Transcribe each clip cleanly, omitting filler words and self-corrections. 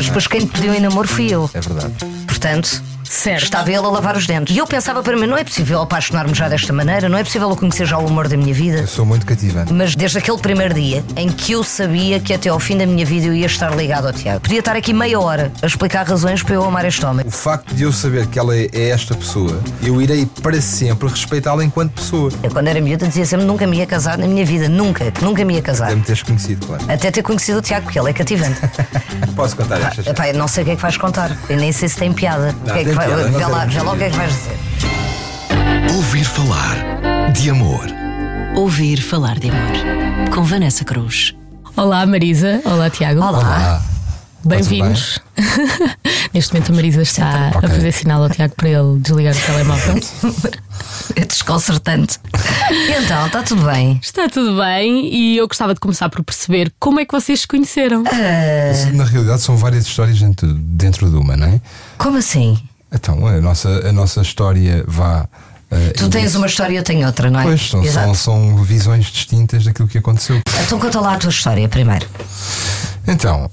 Mas depois quem te pediu em namoro fui eu. É verdade. Portanto, certo. estava ele a lavar os dentes. E eu pensava para mim, não é possível apaixonar-me já desta maneira, não é possível eu conhecer já o amor da minha vida. Eu sou muito cativante. Mas desde aquele primeiro dia em que eu sabia que até ao fim da minha vida eu ia estar ligado ao Tiago. Podia estar aqui meia hora a explicar razões para eu amar este homem. O facto de eu saber que ela é esta pessoa, eu irei para sempre respeitá-la enquanto pessoa. Eu quando era miúda dizia sempre nunca me ia casar na minha vida. Nunca me ia casar. Até me teres conhecido, claro. Até ter conhecido o Tiago, porque ele é cativante. Posso contar estas? Epá, eu não sei o que é que vais contar. Eu nem sei se tem piada. Não, O que é que tem vai... piada, Vê lá o que é que vais dizer. Ouvir falar de amor. Ouvir falar de amor. Com Vanessa Cruz. Olá Marisa, olá Tiago. Olá. Bem-vindos. Neste momento a Marisa está Ok. a fazer sinal ao Tiago para ele desligar o telemóvel. É desconcertante. Então, está tudo bem? Está tudo bem e eu gostava de começar por perceber como é que vocês se conheceram. Na realidade são várias histórias dentro de uma, não é? Como assim? Então, a nossa história vá. Tu tens uma história e eu tenho outra, não é? Pois, Exato. são visões distintas daquilo que aconteceu. Então conta lá a tua história primeiro. Então,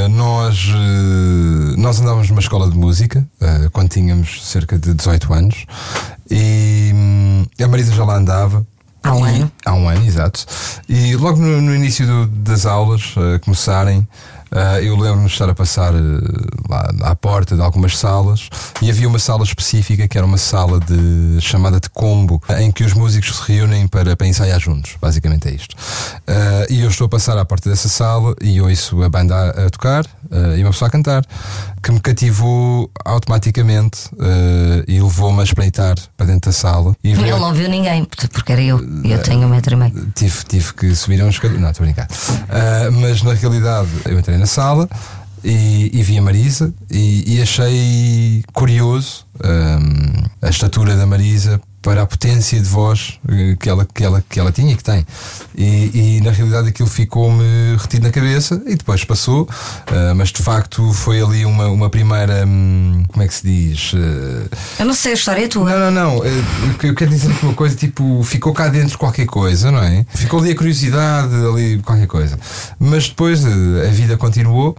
nós andávamos numa escola de música quando tínhamos cerca de 18 anos e a Marisa já lá andava. Há um ano. Há um ano, exato. E logo no início das aulas começarem, eu lembro-me de estar a passar lá à porta de algumas salas e havia uma sala específica que era uma sala chamada de combo, em que os músicos se reúnem para ensaiar juntos. Basicamente é isto. E eu estou a passar à porta dessa sala e ouço a banda a tocar e uma pessoa a cantar, que me cativou automaticamente e levou-me a espreitar para dentro da sala. E Ele não viu ninguém, porque era eu. Eu tenho 1,5 m. Tive que subir a um escadão. Não, estou a brincar. Mas na realidade eu entrei na sala e vi a Marisa e achei curioso a estatura da Marisa para a potência de voz que ela tinha e que tem. E na realidade aquilo ficou-me retido na cabeça e depois passou, mas de facto foi ali uma primeira. Como é que se diz? Eu não sei, a história é tua. Não. Eu quero dizer que uma coisa tipo, ficou cá dentro qualquer coisa, não é? Ficou ali a curiosidade, ali qualquer coisa. Mas depois a vida continuou.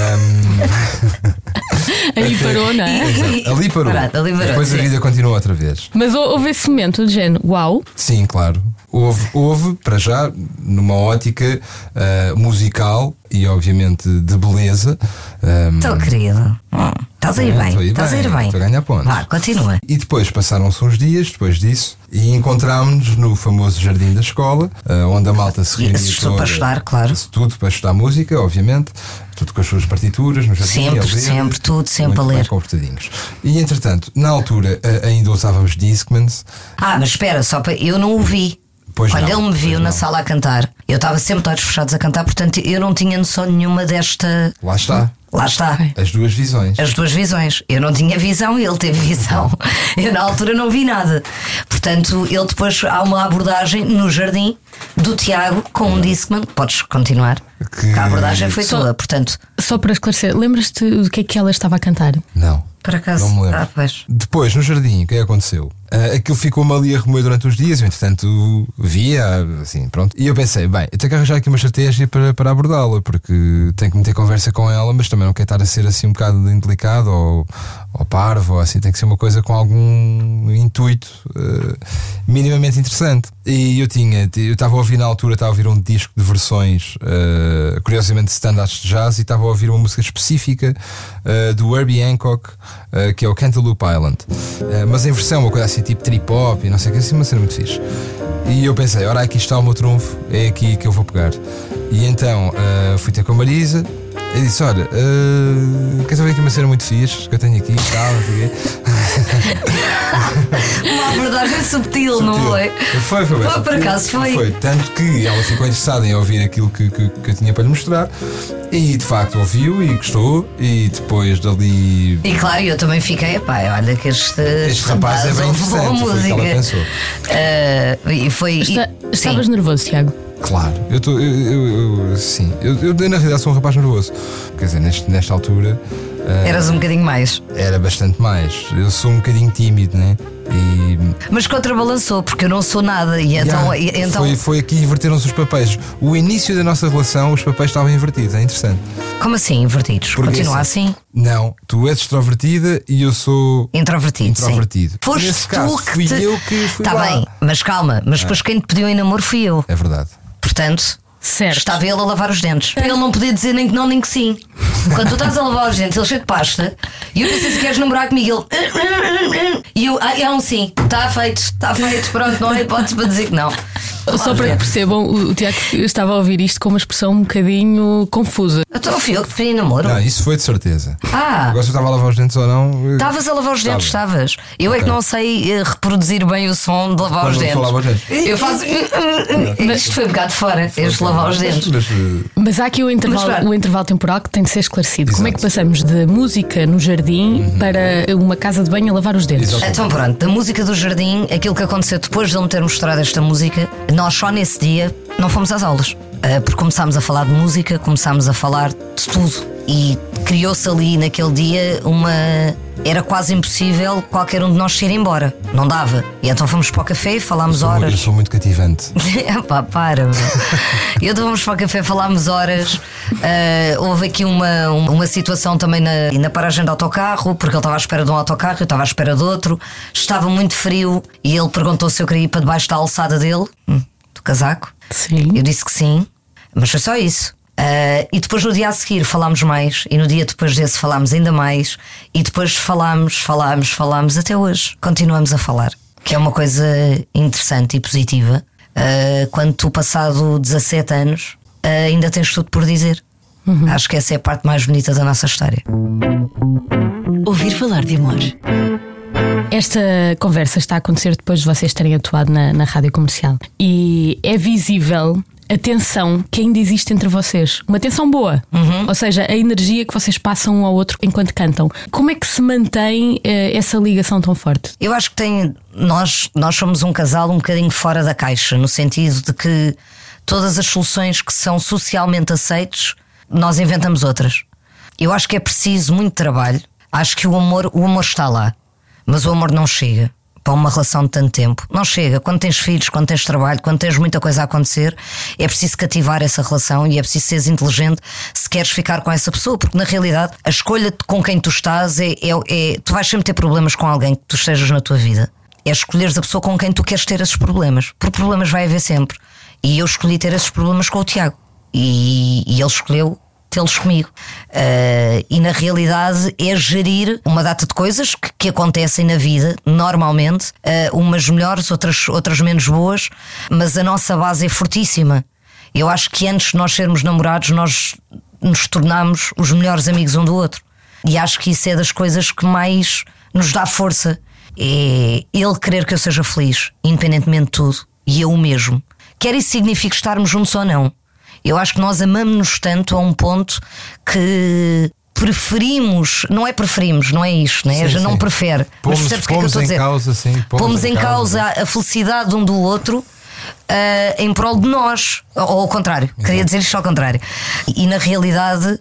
Aí parou, não é? Exato, ali parou. Ali parou, Depois sim. a vida continuou outra vez. Mas houve esse momento de género, uau. Sim, claro. Houve, para já, numa ótica musical e obviamente de beleza. Então, querido, estás a ir bem. Estás a ir bem. Estou a ganhar pontos. Vá, continua. E depois passaram-se uns dias depois disso e encontrámos-nos no famoso jardim da escola, onde a malta se reunia Assistiu toda. para estudar, claro. Tudo para estudar música, obviamente. Tudo com as suas partituras no jardim. Sempre, a ler, sempre, tudo, sempre muito a ler. bem comportadinhos. E entretanto, na altura ainda usávamos Discmans. Mas espera, só para. Eu não o vi. Pois Quando não, ele me viu pois na não. sala a cantar, eu estava sempre de olhos fechados a cantar, portanto eu não tinha noção nenhuma desta. Lá está. Lá está. As duas visões. As duas visões. Eu não tinha visão, ele teve visão. Eu na altura não vi nada. Portanto, ele depois há uma abordagem no jardim do Tiago com um Discman. Podes continuar. Que A abordagem foi toda, portanto. Só para esclarecer, lembras-te do que é que ela estava a cantar? Não. Por acaso. Não me lembro. Pois. Depois, no jardim, o que é que aconteceu? Aquilo ficou-me ali a remoer durante uns dias. Eu, entretanto, via, assim, pronto. E eu pensei, bem, eu tenho que arranjar aqui uma estratégia para abordá-la, porque tenho que meter conversa com ela, mas também não quero estar a ser assim um bocado indelicado ou parvo, ou assim. Tem que ser uma coisa com algum intuito minimamente interessante. E eu estava a ouvir na altura, estava a ouvir um disco de versões, curiosamente, de standards de jazz, e estava a ouvir uma música específica do Herbie Hancock, que é o Cantaloupe Island, mas em versão, uma coisa assim tipo trip-hop e não sei o que, assim, uma cena muito fixe. E eu pensei, ora, aqui está o meu trunfo, é aqui que eu vou pegar. E então fui ter com a Marisa e disse, olha, queres ouvir aqui uma cena muito fixe que eu tenho aqui e tal, não sei o quê. Uma abordagem subtil, não foi? Foi bem Por subtil. acaso foi. Tanto que ela ficou interessada em ouvir aquilo que eu tinha para lhe mostrar. E de facto ouviu e gostou. E depois dali. E claro, eu também fiquei, pá, olha que este rapaz é bem ouve boa interessante. Foi o que ela música. pensou. E foi. Estavas sim. nervoso, Tiago? Claro, sim. Eu na realidade sou um rapaz nervoso. Quer dizer, nesta altura. Eras um bocadinho mais. Era bastante mais. Eu sou um bocadinho tímido, né? Mas contrabalançou, porque eu não sou nada. E então, Foi aqui inverteram-se os papéis. O início da nossa relação, os papéis estavam invertidos. É interessante. Como assim, invertidos? Porque Continua assim? Não, tu és extrovertida e eu sou introvertido. Sim. Foste Nesse tu caso, que fui eu que fui Tá lá. bem, mas calma. Mas depois quem te pediu em namoro fui eu. É verdade. Portanto, Certo. estava ele a lavar os dentes. Ele não podia dizer nem que não, nem que sim. Quando tu estás a lavar os dentes, ele cheio de pasta. E eu pensei se queres namorar comigo. Ele. E eu, é um sim. Está feito, pronto, não há hipótese para dizer que não. Só para que percebam, o Tiago estava a ouvir isto com uma expressão um bocadinho confusa. Então fui eu que te pedi em namoro. Não, isso foi de certeza. Ah, Agora se eu estava a lavar os dentes ou não. estavas a lavar os dentes, estavas. Eu é que Ok. não sei reproduzir bem o som de lavar os Quando dentes. eu lavo os dentes. Eu faço. Isto foi um bocado fora, este lavar os dentes. Mas há aqui o claro. intervalo temporal que tem de ser esclarecido. Como é que passamos de música no jardim para uma casa de banho a lavar os dentes? Exato. Então pronto, da música do jardim, aquilo que aconteceu depois de ele me ter mostrado esta música, nós só nesse dia não fomos às aulas. Porque começámos a falar de música, começámos a falar de tudo. E criou-se ali naquele dia uma. Era quase impossível qualquer um de nós ir embora. Não dava. E então fomos para o café, falámos Eu horas. sou muito cativante. Pá, para, meu. E então fomos para o café, falámos horas. Houve aqui uma situação também na paragem do autocarro, porque ele estava à espera de um autocarro, eu estava à espera de outro. Estava muito frio e ele perguntou se eu queria ir para debaixo da alçada dele, do casaco. Sim. Eu disse que sim, mas foi só isso. E depois no dia a seguir falámos mais, e no dia depois desse falámos ainda mais, e depois falámos até hoje. Continuamos a falar, que é uma coisa interessante e positiva. Quando tu, passado 17 anos, ainda tens tudo por dizer. Acho que essa é a parte mais bonita da nossa história. Ouvir falar de amor. Esta conversa está a acontecer depois de vocês terem atuado na rádio comercial. E é visível a tensão que ainda existe entre vocês. Uma tensão boa. Ou seja, a energia que vocês passam um ao outro enquanto cantam. Como é que se mantém essa ligação tão forte? Eu acho que nós somos um casal um bocadinho fora da caixa, no sentido de que todas as soluções que são socialmente aceites, nós inventamos outras. Eu acho que é preciso muito trabalho. Acho que o amor está lá, mas o amor não chega para uma relação de tanto tempo. Não chega. Quando tens filhos, quando tens trabalho, quando tens muita coisa a acontecer, é preciso cativar essa relação e é preciso seres inteligente se queres ficar com essa pessoa, porque na realidade a escolha com quem tu estás tu vais sempre ter problemas com alguém que tu estejas na tua vida. É escolheres a pessoa com quem tu queres ter esses problemas, porque problemas vai haver sempre. E eu escolhi ter esses problemas com o Tiago e ele escolheu tê-los comigo. E na realidade é gerir uma data de coisas que acontecem na vida normalmente, umas melhores, outras menos boas, mas a nossa base é fortíssima. Eu acho que antes de nós sermos namorados, nós nos tornamos os melhores amigos um do outro, e acho que isso é das coisas que mais nos dá força. É ele querer que eu seja feliz, independentemente de tudo, e eu o mesmo. Quer isso signifique estarmos juntos ou não. Eu acho que nós amamos-nos tanto a um ponto que preferimos, não é isto, né? Sim, não sim. prefere. Mas percebes o que é que eu estou a dizer? Pomos em causa a felicidade um do outro em prol de nós. Ou ao contrário, queria dizer isto ao contrário. E na realidade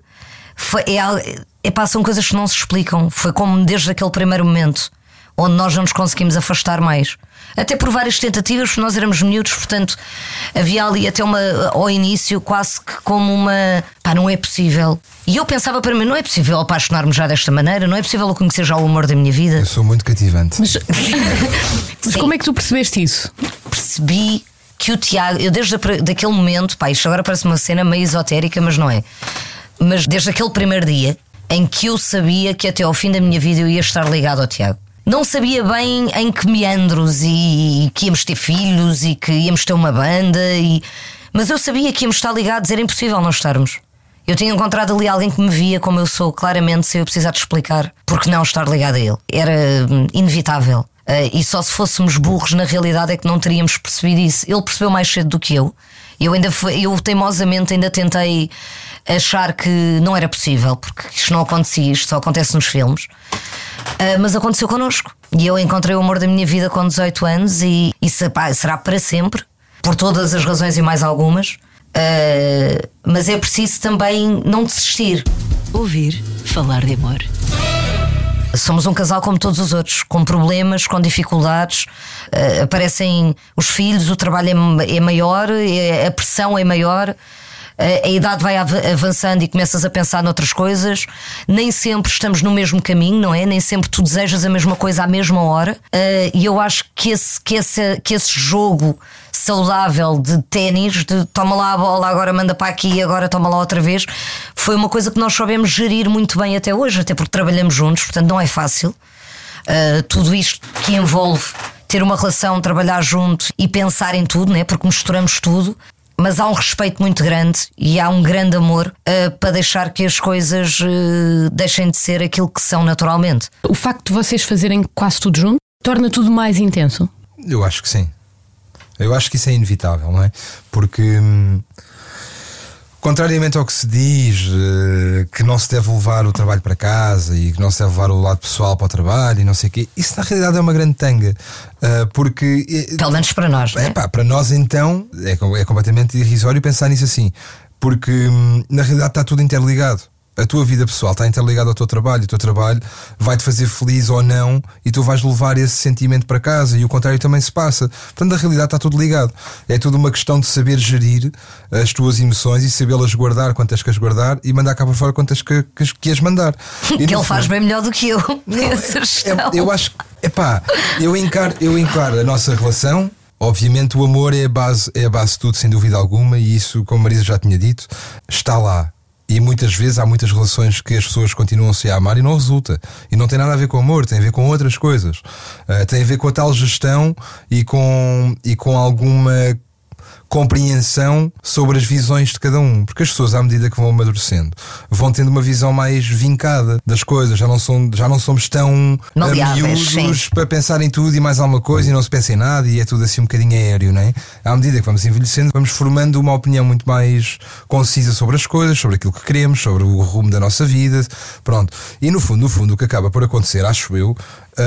são coisas que não se explicam. Foi como desde aquele primeiro momento onde nós não nos conseguimos afastar mais. Até por várias tentativas, porque nós éramos miúdos, portanto havia ali até ao início quase que como uma não é possível. E eu pensava para mim, não é possível apaixonar-me já desta maneira, não é possível eu conhecer já o amor da minha vida. Eu sou muito cativante. Mas como é que tu percebeste isso? Percebi que o Tiago, eu desde daquele momento, isto agora parece uma cena meio esotérica, mas não é. Mas desde aquele primeiro dia em que eu sabia que até ao fim da minha vida eu ia estar ligado ao Tiago. Não sabia bem em que meandros, e que íamos ter filhos e que íamos ter uma banda, mas eu sabia que íamos estar ligados, era impossível não estarmos. Eu tinha encontrado ali alguém que me via como eu sou, claramente, sem eu precisar de explicar porque não estar ligado a ele. Era inevitável. E só se fôssemos burros, na realidade, é que não teríamos percebido isso. Ele percebeu mais cedo do que eu. Eu teimosamente ainda tentei achar que não era possível, porque isto não acontecia, isto só acontece nos filmes. Mas aconteceu connosco. E eu encontrei o amor da minha vida com 18 anos e será para sempre, por todas as razões e mais algumas. Mas é preciso também não desistir. Ouvir falar de amor. Somos um casal como todos os outros, com problemas, com dificuldades, aparecem os filhos, o trabalho é maior, a pressão é maior, a idade vai avançando e começas a pensar noutras coisas. Nem sempre estamos no mesmo caminho, não é? Nem sempre tu desejas a mesma coisa à mesma hora. E eu acho que esse jogo saudável de ténis, de toma lá a bola, agora manda para aqui, agora toma lá outra vez, foi uma coisa que nós soubemos gerir muito bem até hoje, até porque trabalhamos juntos, portanto não é fácil. Tudo isto que envolve ter uma relação, trabalhar junto e pensar em tudo, né? Porque misturamos tudo. Mas há um respeito muito grande e há um grande amor para deixar que as coisas deixem de ser aquilo que são naturalmente. O facto de vocês fazerem quase tudo junto torna tudo mais intenso? Eu acho que sim. Eu acho que isso é inevitável, não é? Porque, contrariamente ao que se diz, que não se deve levar o trabalho para casa e que não se deve levar o lado pessoal para o trabalho e não sei o quê, isso na realidade é uma grande tanga. Porque, pelo menos para nós, não é? Para nós então é completamente irrisório pensar nisso assim, porque na realidade está tudo interligado. A tua vida pessoal está interligada ao teu trabalho, e o teu trabalho vai-te fazer feliz ou não, e tu vais levar esse sentimento para casa, e o contrário também se passa. Portanto, na realidade está tudo ligado. É tudo uma questão de saber gerir as tuas emoções e sabê-las guardar quando tens que as guardar e mandar cá para fora quando tens que as mandar. E que ele faz bem melhor do que eu nessa gestão. Eu acho que, eu encaro a nossa relação. Obviamente o amor é a base de tudo, sem dúvida alguma, e isso, como a Marisa já tinha dito, está lá. E muitas vezes há muitas relações que as pessoas continuam-se a amar e não resulta. E não tem nada a ver com amor, tem a ver com outras coisas. Tem a ver com a tal gestão e com alguma compreensão sobre as visões de cada um. Porque as pessoas, à medida que vão amadurecendo, vão tendo uma visão mais vincada das coisas. Já não somos tão miúdos para pensar em tudo e mais alguma coisa, e não se pensa em nada, e é tudo assim um bocadinho aéreo, não é? À medida que vamos envelhecendo, vamos formando uma opinião muito mais concisa sobre as coisas, sobre aquilo que queremos, sobre o rumo da nossa vida. Pronto. E no fundo o que acaba por acontecer, acho eu,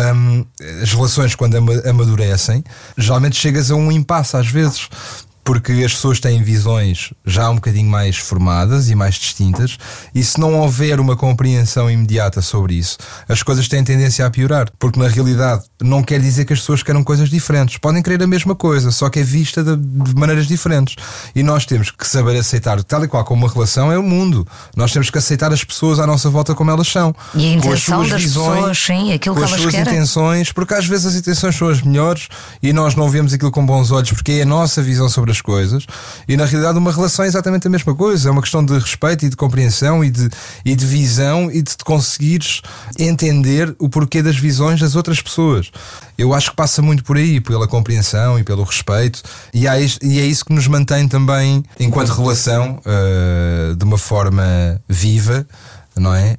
as relações, quando amadurecem, geralmente chegas a um impasse às vezes, porque as pessoas têm visões já um bocadinho mais formadas e mais distintas, e se não houver uma compreensão imediata sobre isso, as coisas têm tendência a piorar, porque na realidade não quer dizer que as pessoas queiram coisas diferentes, podem querer a mesma coisa, só que é vista de maneiras diferentes, e nós temos que saber aceitar, tal e qual como uma relação é o mundo, nós temos que aceitar as pessoas à nossa volta como elas são, e a intenção com as suas das visões, pessoas, sim, aquilo com que as elas suas querem. intenções, porque às vezes as intenções são as melhores e nós não vemos aquilo com bons olhos, porque é a nossa visão sobre as coisas, e na realidade uma relação é exatamente a mesma coisa, é uma questão de respeito e de compreensão e de visão, e de conseguires entender o porquê das visões das outras pessoas. Eu acho que passa muito por aí, pela compreensão e pelo respeito, e é isso que nos mantém também enquanto relação de uma forma viva, não é?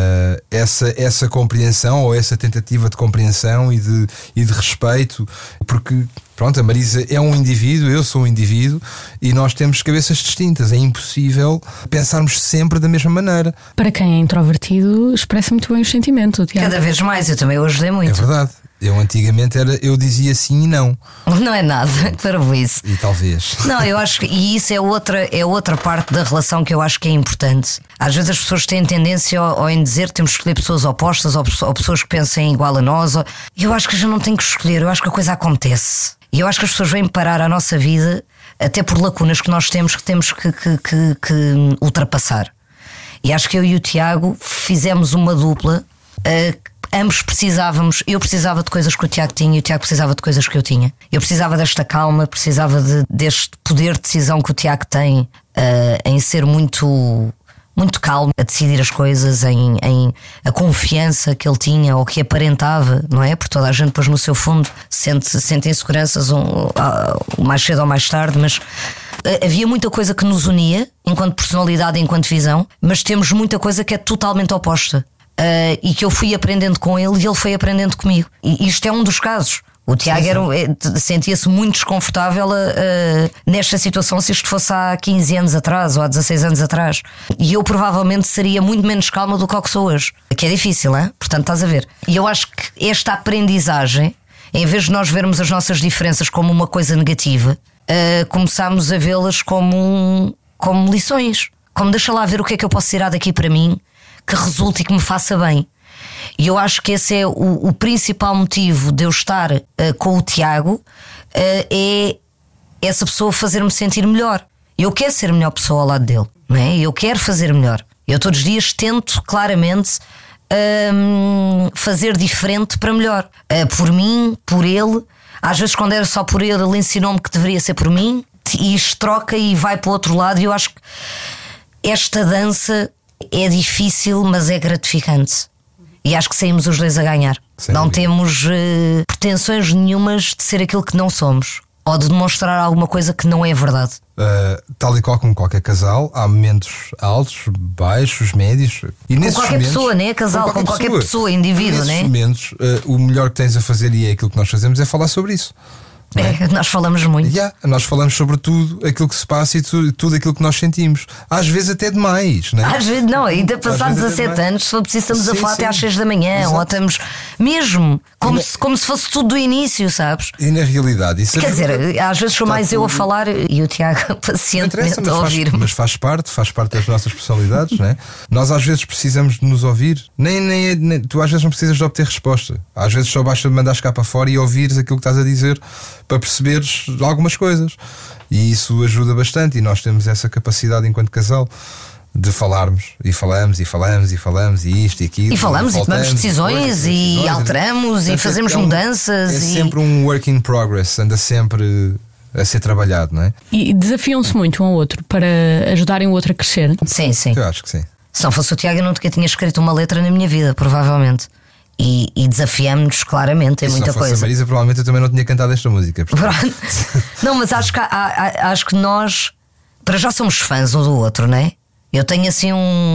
Essa compreensão, ou essa tentativa de compreensão e de respeito, porque pronto, a Marisa é um indivíduo, eu sou um indivíduo, e nós temos cabeças distintas. É impossível pensarmos sempre da mesma maneira. Para quem é introvertido, expressa muito bem o sentimento, Tiago. Cada vez mais, eu também o ajudei muito. É verdade. Eu antigamente eu dizia sim e não. Não é nada, para isso. E talvez. Não, eu acho que, e isso é outra parte da relação que eu acho que é importante. Às vezes as pessoas têm tendência ou em dizer que temos que escolher pessoas opostas, ou pessoas que pensem igual a nós. Eu acho que já não tem que escolher, eu acho que a coisa acontece. E eu acho que as pessoas vêm parar a nossa vida até por lacunas que nós temos que ultrapassar. E acho que eu e o Tiago fizemos uma dupla. Ambos precisávamos. Eu precisava de coisas que o Tiago tinha e o Tiago precisava de coisas que eu tinha. Eu precisava desta calma, precisava deste poder de decisão que o Tiago tem, em ser muito calmo a decidir as coisas, em a confiança que ele tinha ou que aparentava, não é? Porque toda a gente depois no seu fundo sente inseguranças mais cedo ou mais tarde, mas havia muita coisa que nos unia enquanto personalidade, enquanto visão, mas temos muita coisa que é totalmente oposta. E que eu fui aprendendo com ele e ele foi aprendendo comigo. E isto é um dos casos. O Tiago sentia-se muito desconfortável nesta situação se isto fosse há 15 anos atrás ou há 16 anos atrás. E eu provavelmente seria muito menos calma do que o que sou hoje. Que é difícil, hein? Portanto, estás a ver. E eu acho que esta aprendizagem, em vez de nós vermos as nossas diferenças como uma coisa negativa, começámos a vê-las como lições. Como deixa lá ver o que é que eu posso tirar daqui para mim, que resulte e que me faça bem. E eu acho que esse é o principal motivo de eu estar com o Tiago, é essa pessoa fazer-me sentir melhor. Eu quero ser a melhor pessoa ao lado dele, não é? Eu quero fazer melhor. Eu todos os dias tento claramente fazer diferente para melhor, por mim, por ele. Às vezes quando era só por ele, ele ensinou-me que deveria ser por mim, e isto troca e vai para o outro lado. E eu acho que esta dança é difícil, mas é gratificante. E acho que saímos os dois a ganhar. Não temos pretensões nenhumas de ser aquilo que não somos, ou de demonstrar alguma coisa que não é verdade. Tal e qual como qualquer casal, há momentos altos, baixos, médios. E com qualquer momentos, pessoa, né? Casal, com qualquer pessoa, indivíduo, né? Nesses momentos, o melhor que tens a fazer, e é aquilo que nós fazemos, é falar sobre isso. Nós falamos muito. Nós falamos sobre tudo aquilo que se passa e tudo aquilo que nós sentimos. Às vezes até demais, não é? Às vezes não, ainda passados 17 anos, se for preciso, estamos a falar até às 6 da manhã. Exato. Ou estamos mesmo como se fosse tudo do início, sabes? E na realidade isso quer dizer, às vezes sou mais eu a falar e o Tiago pacientemente a ouvir. Mas faz parte das nossas personalidades, não é? Nós às vezes precisamos de nos ouvir. Nem tu às vezes não precisas de obter resposta. Às vezes só basta mandares cá para fora e ouvires aquilo que estás a dizer, para perceberes algumas coisas. E isso ajuda bastante. E nós temos essa capacidade enquanto casal de falarmos. E falamos, e isto e aquilo. E falamos, e tomamos decisões, e alteramos, e fazemos mudanças. É sempre um work in progress. Anda sempre a ser trabalhado, não é? E desafiam-se muito um ao outro para ajudarem o outro a crescer. Sim. Eu acho que sim. Se não fosse o Tiago, eu nunca tinha escrito uma letra na minha vida, provavelmente. E desafiamos-nos claramente em muita coisa. Se não fosse a Marisa, provavelmente eu também não tinha cantado esta música. Não, mas acho que nós para já somos fãs um do outro, não é? Eu tenho assim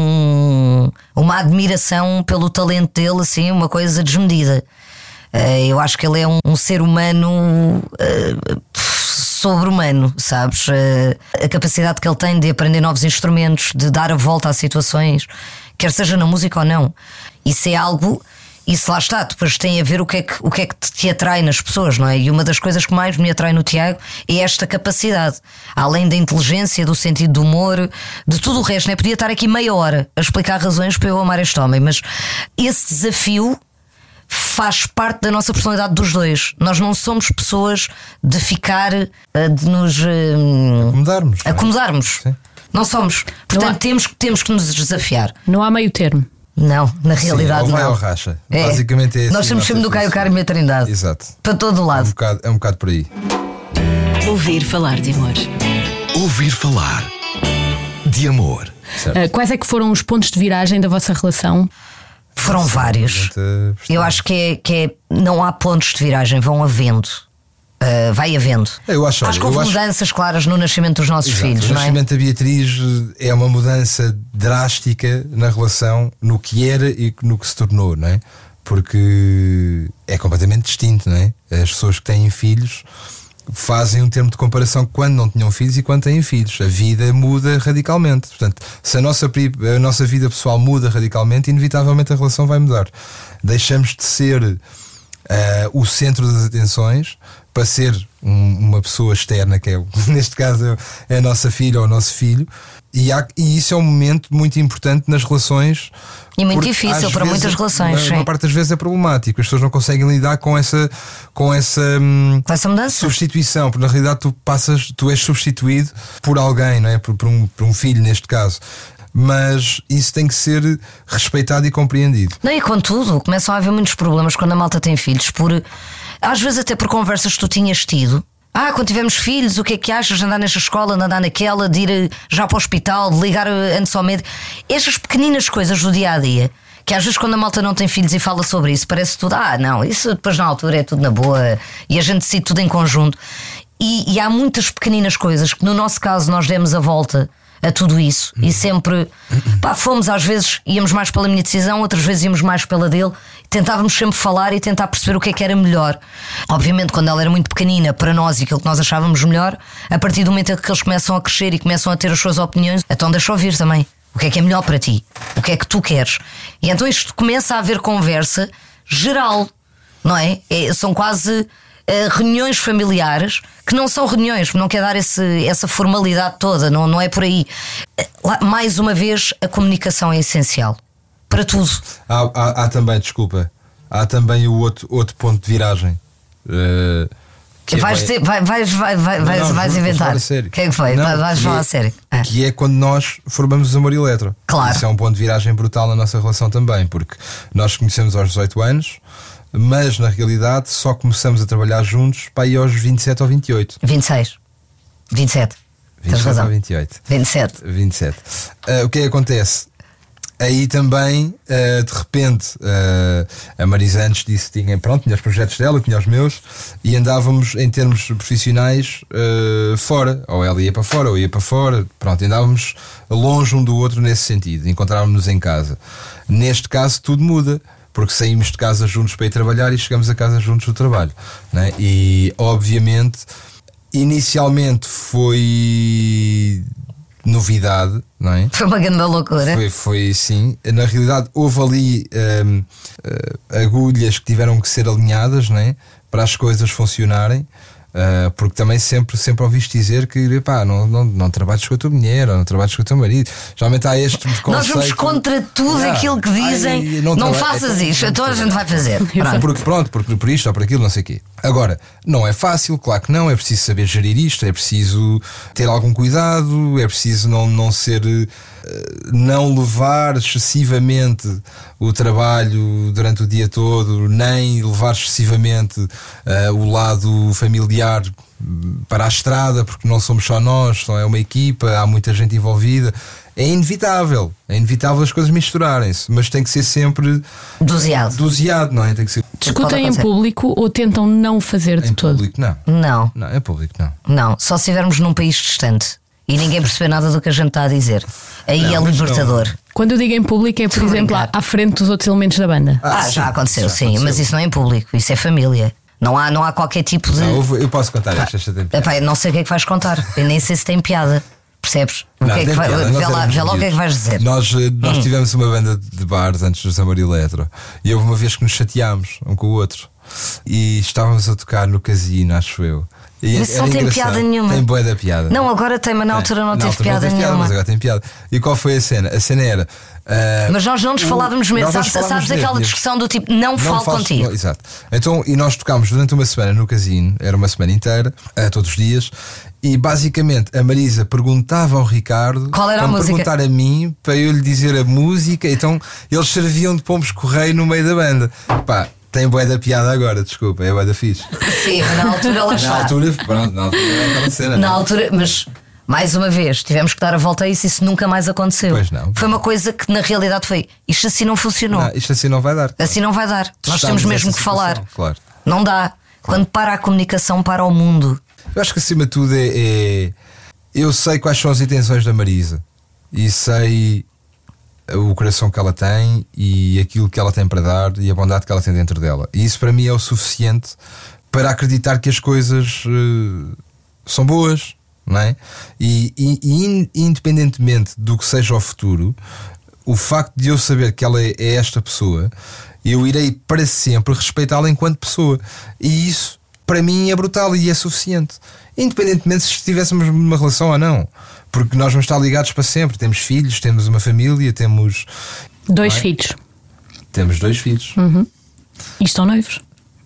uma admiração pelo talento dele, assim, uma coisa desmedida. Eu acho que ele é um ser humano sobre-humano, sabes? A capacidade que ele tem de aprender novos instrumentos, de dar a volta a situações, quer seja na música ou não. Isso é algo. Isso lá está, depois tem a ver o que é que te atrai nas pessoas, não é? E uma das coisas que mais me atrai no Tiago é esta capacidade, além da inteligência, do sentido do humor, de tudo o resto, não é? Podia estar aqui meia hora a explicar razões para eu amar este homem, mas esse desafio faz parte da nossa personalidade dos dois. Nós não somos pessoas de ficar, de nos acomodarmos. Sim. Não somos. Portanto, temos que nos desafiar. Não há meio termo. Não, na realidade não. Ou vai não. ou racha. Basicamente é assim. Nós somos sempre do Caio Caro e minha Trindade. Exato. Para todo o lado. É um bocado por aí. Ouvir falar de amor. Ouvir falar de amor. Quais é que foram os pontos de viragem da vossa relação? Foram vários. Eu acho que não há pontos de viragem, vão havendo. Vai havendo. Acho que houve mudanças claras no nascimento dos nossos filhos. O nascimento da Beatriz é uma mudança drástica na relação, no que era e no que se tornou, não é? Porque é completamente distinto, não é? As pessoas que têm filhos fazem um termo de comparação quando não tinham filhos e quando têm filhos. A vida muda radicalmente. Portanto, se a nossa vida pessoal muda radicalmente, inevitavelmente a relação vai mudar. Deixamos de ser o centro das atenções para ser uma pessoa externa, que neste caso é a nossa filha ou o nosso filho, e isso é um momento muito importante nas relações. E muito difícil para muitas relações. Uma parte das vezes é problemático. As pessoas não conseguem lidar com essa mudança, substituição, porque na realidade tu és substituído por alguém, não é? Por um filho, neste caso. Mas isso tem que ser respeitado e compreendido. Não, e contudo, começam a haver muitos problemas quando a malta tem filhos, às vezes até por conversas que tu tinhas tido. Quando tivemos filhos, o que é que achas de andar nesta escola, de andar naquela, de ir já para o hospital, de ligar antes ao médico? Estas pequeninas coisas do dia-a-dia, que às vezes quando a malta não tem filhos e fala sobre isso, parece tudo, não, isso depois na altura é tudo na boa, e a gente decide tudo em conjunto. E há muitas pequeninas coisas que no nosso caso nós demos a volta a tudo isso, e sempre fomos, às vezes íamos mais pela minha decisão, outras vezes íamos mais pela dele, tentávamos sempre falar e tentar perceber o que era melhor. Obviamente quando ela era muito pequenina, para nós e aquilo que nós achávamos melhor, a partir do momento em que eles começam a crescer e começam a ter as suas opiniões, então deixa ouvir também o que é melhor para ti, o que é que tu queres. E então isto começa a haver conversa geral, não é? São quase reuniões familiares que não são reuniões, não quer dar essa formalidade toda, não é por aí. Mais uma vez, a comunicação é essencial, para tudo. Há também, desculpa, há também o outro ponto de viragem. Que vais inventar. Quem é que foi? Vais falar a sério. Que é quando nós formamos o Amor Eletro. Claro. Isso é um ponto de viragem brutal na nossa relação também, porque nós conhecemos aos 18 anos, mas na realidade só começamos a trabalhar juntos para aí aos 27 ou 28. 26. 27. Tens razão. Ou 28. 27. O que é que acontece? Aí também, de repente, a Marisa antes disso tinha os projetos dela, tinha os meus, e andávamos em termos profissionais fora. Ou ela ia para fora, ou ia para fora. Pronto, andávamos longe um do outro nesse sentido. Encontrávamos-nos em casa. Neste caso, tudo muda, porque saímos de casa juntos para ir trabalhar e chegamos a casa juntos do trabalho, né? E, obviamente, inicialmente foi novidade, não é? Foi uma grande loucura. Foi sim. Na realidade houve ali agulhas que tiveram que ser alinhadas, não é? Para as coisas funcionarem, porque também sempre ouviste dizer que não trabalhes com a tua mulher ou não trabalhes com o teu marido. Geralmente há este conceito. Nós vamos contra tudo aquilo que dizem. Não faças isto, então a gente vai fazer. Porque por isto ou por aquilo, não sei o quê. Agora, não é fácil, claro que não. É preciso saber gerir isto, é preciso ter algum cuidado, é preciso não levar excessivamente o trabalho durante o dia todo, nem levar excessivamente o lado familiar para a estrada, porque não somos só nós, é uma equipa, há muita gente envolvida. É inevitável as coisas misturarem-se, mas tem que ser sempre dosiado, não é? Tem que ser... Discutem em público ou tentam não fazer de todo? Em público não. Em público não. Só se estivermos num país distante e ninguém perceber nada do que a gente está a dizer. Aí é libertador. Quando eu digo em público é, por exemplo, à frente dos outros elementos da banda. Já aconteceu, sim, mas isso não é em público, isso é família. Não há qualquer tipo de... eu posso contar esta tem piada. Não sei o que é que vais contar. Eu nem sei se tem piada. Percebes? Vê lá o que é que vais dizer. Nós tivemos uma banda de bares antes do Amor Eletro, e houve uma vez que nos chateámos um com o outro e estávamos a tocar no casino, acho eu. Mas isso não tem piada nenhuma. Tem bué da piada. Não, agora tem, mas na altura não teve piada nenhuma. Mas agora tem piada. E qual foi a cena? A cena era... mas nós não nos falávamos mesmo. Sabes aquela discussão do tipo, não falo contigo. Exato. Então, e nós tocámos durante uma semana no casino, era uma semana inteira, todos os dias. E basicamente a Marisa perguntava ao Ricardo qual era a música, perguntar a mim para eu lhe dizer a música. Então eles serviam de pombos correio no meio da banda. Tem bué da piada agora, desculpa, é bué da fixe. Sim, mas na altura ela está. Na altura era aquela cena. Na altura, mas mais uma vez tivemos que dar a volta a isso nunca mais aconteceu. Pois não. Foi uma coisa que na realidade foi, isto assim não funcionou. Isto assim não vai dar. Claro. Assim não vai dar. Nós temos mesmo que falar. Claro. Não dá. Claro. Quando para a comunicação, para o mundo. Eu acho que acima de tudo eu sei quais são as intenções da Marisa e sei o coração que ela tem e aquilo que ela tem para dar e a bondade que ela tem dentro dela. E isso para mim é o suficiente para acreditar que as coisas são boas, não é? E independentemente do que seja o futuro, o facto de eu saber que ela é esta pessoa, eu irei para sempre respeitá-la enquanto pessoa. E isso para mim é brutal e é suficiente, independentemente se estivéssemos numa relação ou não, porque nós vamos estar ligados para sempre. Temos filhos, temos uma família, temos 2 filhos. Temos 2 filhos. E estão noivos?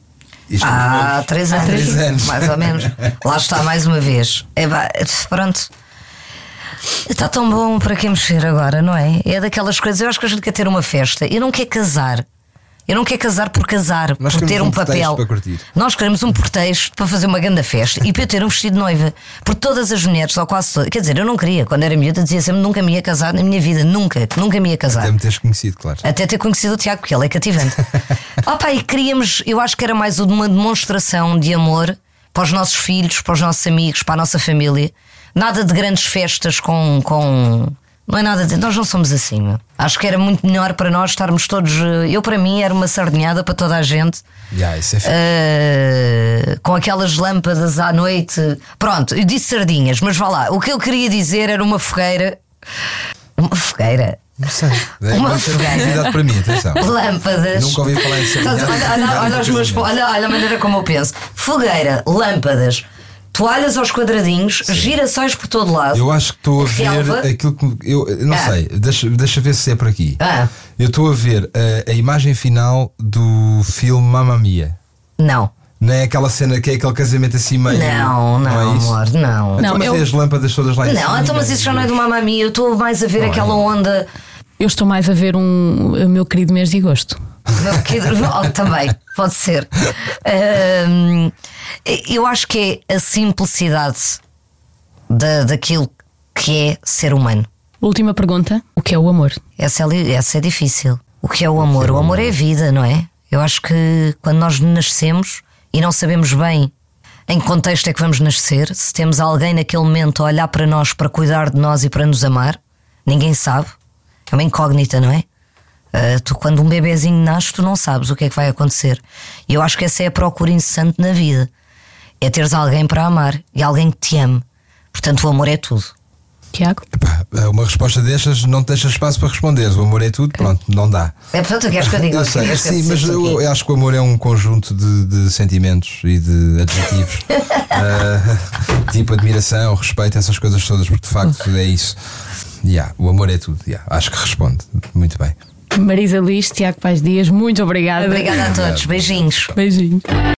Há 3 anos. 3 anos, mais ou menos. Lá está mais uma vez. Pronto. Está tão bom para quem mexer agora, não é? É daquelas coisas. Eu acho que a gente quer ter uma festa e não quer casar. Eu não quero casar por casar, nós por ter um papel. Para curtir. Nós queremos um pretexto para fazer uma grande festa e para eu ter um vestido de noiva. Porque todas as mulheres, ou quase todas, quer dizer, eu não queria, quando era miúda, dizia sempre nunca me ia casar na minha vida, nunca me ia casar. Até me teres conhecido, claro. Até ter conhecido o Tiago, porque ele é cativante. E queríamos, eu acho que era mais uma demonstração de amor para os nossos filhos, para os nossos amigos, para a nossa família. Nada de grandes festas com... Não é nada de... Nós não somos assim, meu. Acho que era muito melhor para nós estarmos todos... Eu, para mim, era uma sardinhada para toda a gente. Isso é com aquelas lâmpadas à noite. Pronto, eu disse sardinhas, mas vá lá. O que eu queria dizer era uma fogueira. Uma fogueira? Não sei. Uma fogueira. Para mim, atenção. Lâmpadas. Nunca ouvi falar em sardinhas. Olha a maneira como eu penso. Fogueira, lâmpadas. toalhas aos quadradinhos, girassóis por todo lado. Eu acho que estou a ver Relva. aquilo que. Eu não sei, deixa ver se é por aqui. Ah. Eu estou a ver a imagem final do filme Mamma Mia. Não. Não é aquela cena que é aquele casamento assim meio. Não, é isso? amor, não. Então, mas é as lâmpadas todas lá em cima. Não, então, mas isso já não é do Mamma Mia. Eu estou mais a ver aquela onda. Eu estou mais a ver o meu querido mês de agosto. Também, pode ser. Eu acho que é a simplicidade daquilo que é ser humano. Última pergunta: o que é o amor? Essa é difícil. O que é o amor? O amor é vida, não é? Eu acho que quando nós nascemos e não sabemos bem em que contexto é que vamos nascer, se temos alguém naquele momento a olhar para nós, para cuidar de nós e para nos amar, ninguém sabe. É uma incógnita, não é? Tu, quando um bebezinho nasce, tu não sabes o que é que vai acontecer. E eu acho que essa é a procura incessante na vida. É teres alguém para amar e alguém que te ame. Portanto, o amor é tudo. Tiago? Epá, uma resposta destas não te deixa espaço para responder. O amor é tudo, pronto, não dá. Portanto, tu queres que eu diga? Eu sei, sim, mas eu acho que o amor é um conjunto de sentimentos e de adjetivos. Tipo admiração, respeito, essas coisas todas, porque de facto é isso. O amor é tudo. Acho que responde muito bem. Marisa Liz, Tiago Paes Dias, muito obrigada. Obrigada a todos. Beijinhos. Beijinhos.